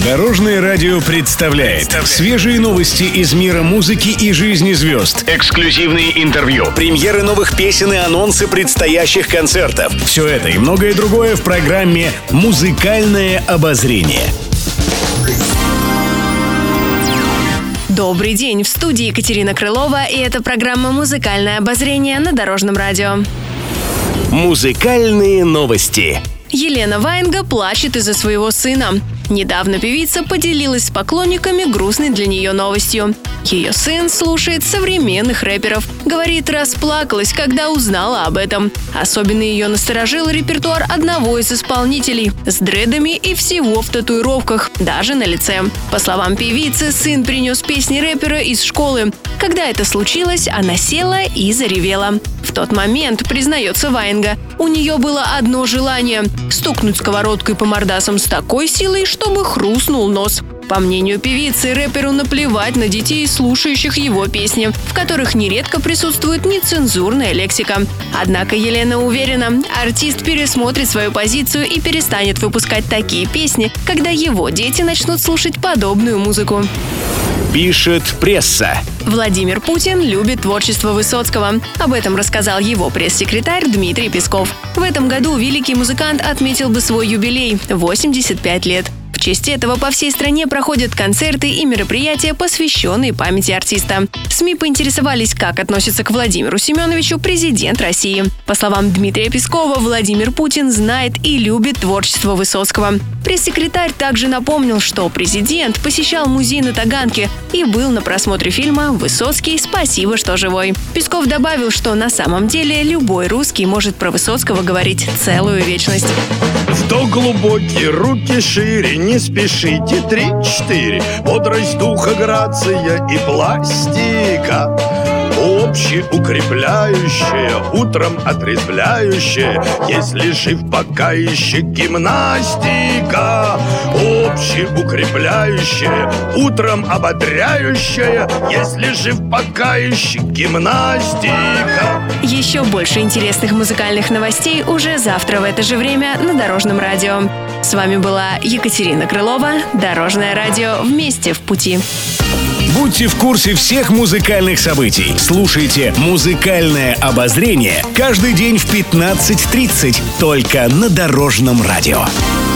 Дорожное радио представляет свежие новости из мира музыки и жизни звезд. Эксклюзивные интервью, премьеры новых песен и анонсы предстоящих концертов. Все это и многое другое в программе «Музыкальное обозрение». Добрый день, в студии Екатерина Крылова, и это программа «Музыкальное обозрение» на Дорожном радио. Музыкальные новости. Елена Ваенга плачет из-за своего сына. Недавно певица поделилась с поклонниками грустной для нее новостью. Ее сын слушает современных рэперов. Говорит, расплакалась, когда узнала об этом. Особенно ее насторожил репертуар одного из исполнителей с дредами и всего в татуировках, даже на лице. По словам певицы, сын принес песни рэпера из школы. Когда это случилось, она села и заревела. В тот момент, признается Ваенга, у нее было одно желание – стукнуть сковородкой по мордасам с такой силой, чтобы хрустнул нос. По мнению певицы, рэперу наплевать на детей, слушающих его песни, в которых нередко присутствует нецензурная лексика. Однако Елена уверена, артист пересмотрит свою позицию и перестанет выпускать такие песни, когда его дети начнут слушать подобную музыку. Пишет пресса. Владимир Путин любит творчество Высоцкого. Об этом рассказал его пресс-секретарь Дмитрий Песков. В этом году великий музыкант отметил бы свой юбилей – 85 лет. В честь этого по всей стране проходят концерты и мероприятия, посвященные памяти артиста. СМИ поинтересовались, как относится к Владимиру Семеновичу президент России. По словам Дмитрия Пескова, Владимир Путин знает и любит творчество Высоцкого. Пресс-секретарь также напомнил, что президент посещал музей на Таганке и был на просмотре фильма «Высоцкий. Спасибо, что живой». Песков добавил, что на самом деле любой русский может про Высоцкого говорить целую вечность. Вдох глубокий, руки шире, не спешите, 3-4. Бодрость духа, грация и пластика, общеукрепляющая, утром отрезвляющая, если жив пока еще гимнастика. Общеукрепляющая, утром ободряющая, если жив пока еще гимнастика. Еще больше интересных музыкальных новостей уже завтра в это же время на Дорожном радио. С вами была Екатерина Крылова. Дорожное радио. Вместе в пути. Будьте в курсе всех музыкальных событий. Слушайте «Музыкальное обозрение» каждый день в 15:30 только на Дорожном радио.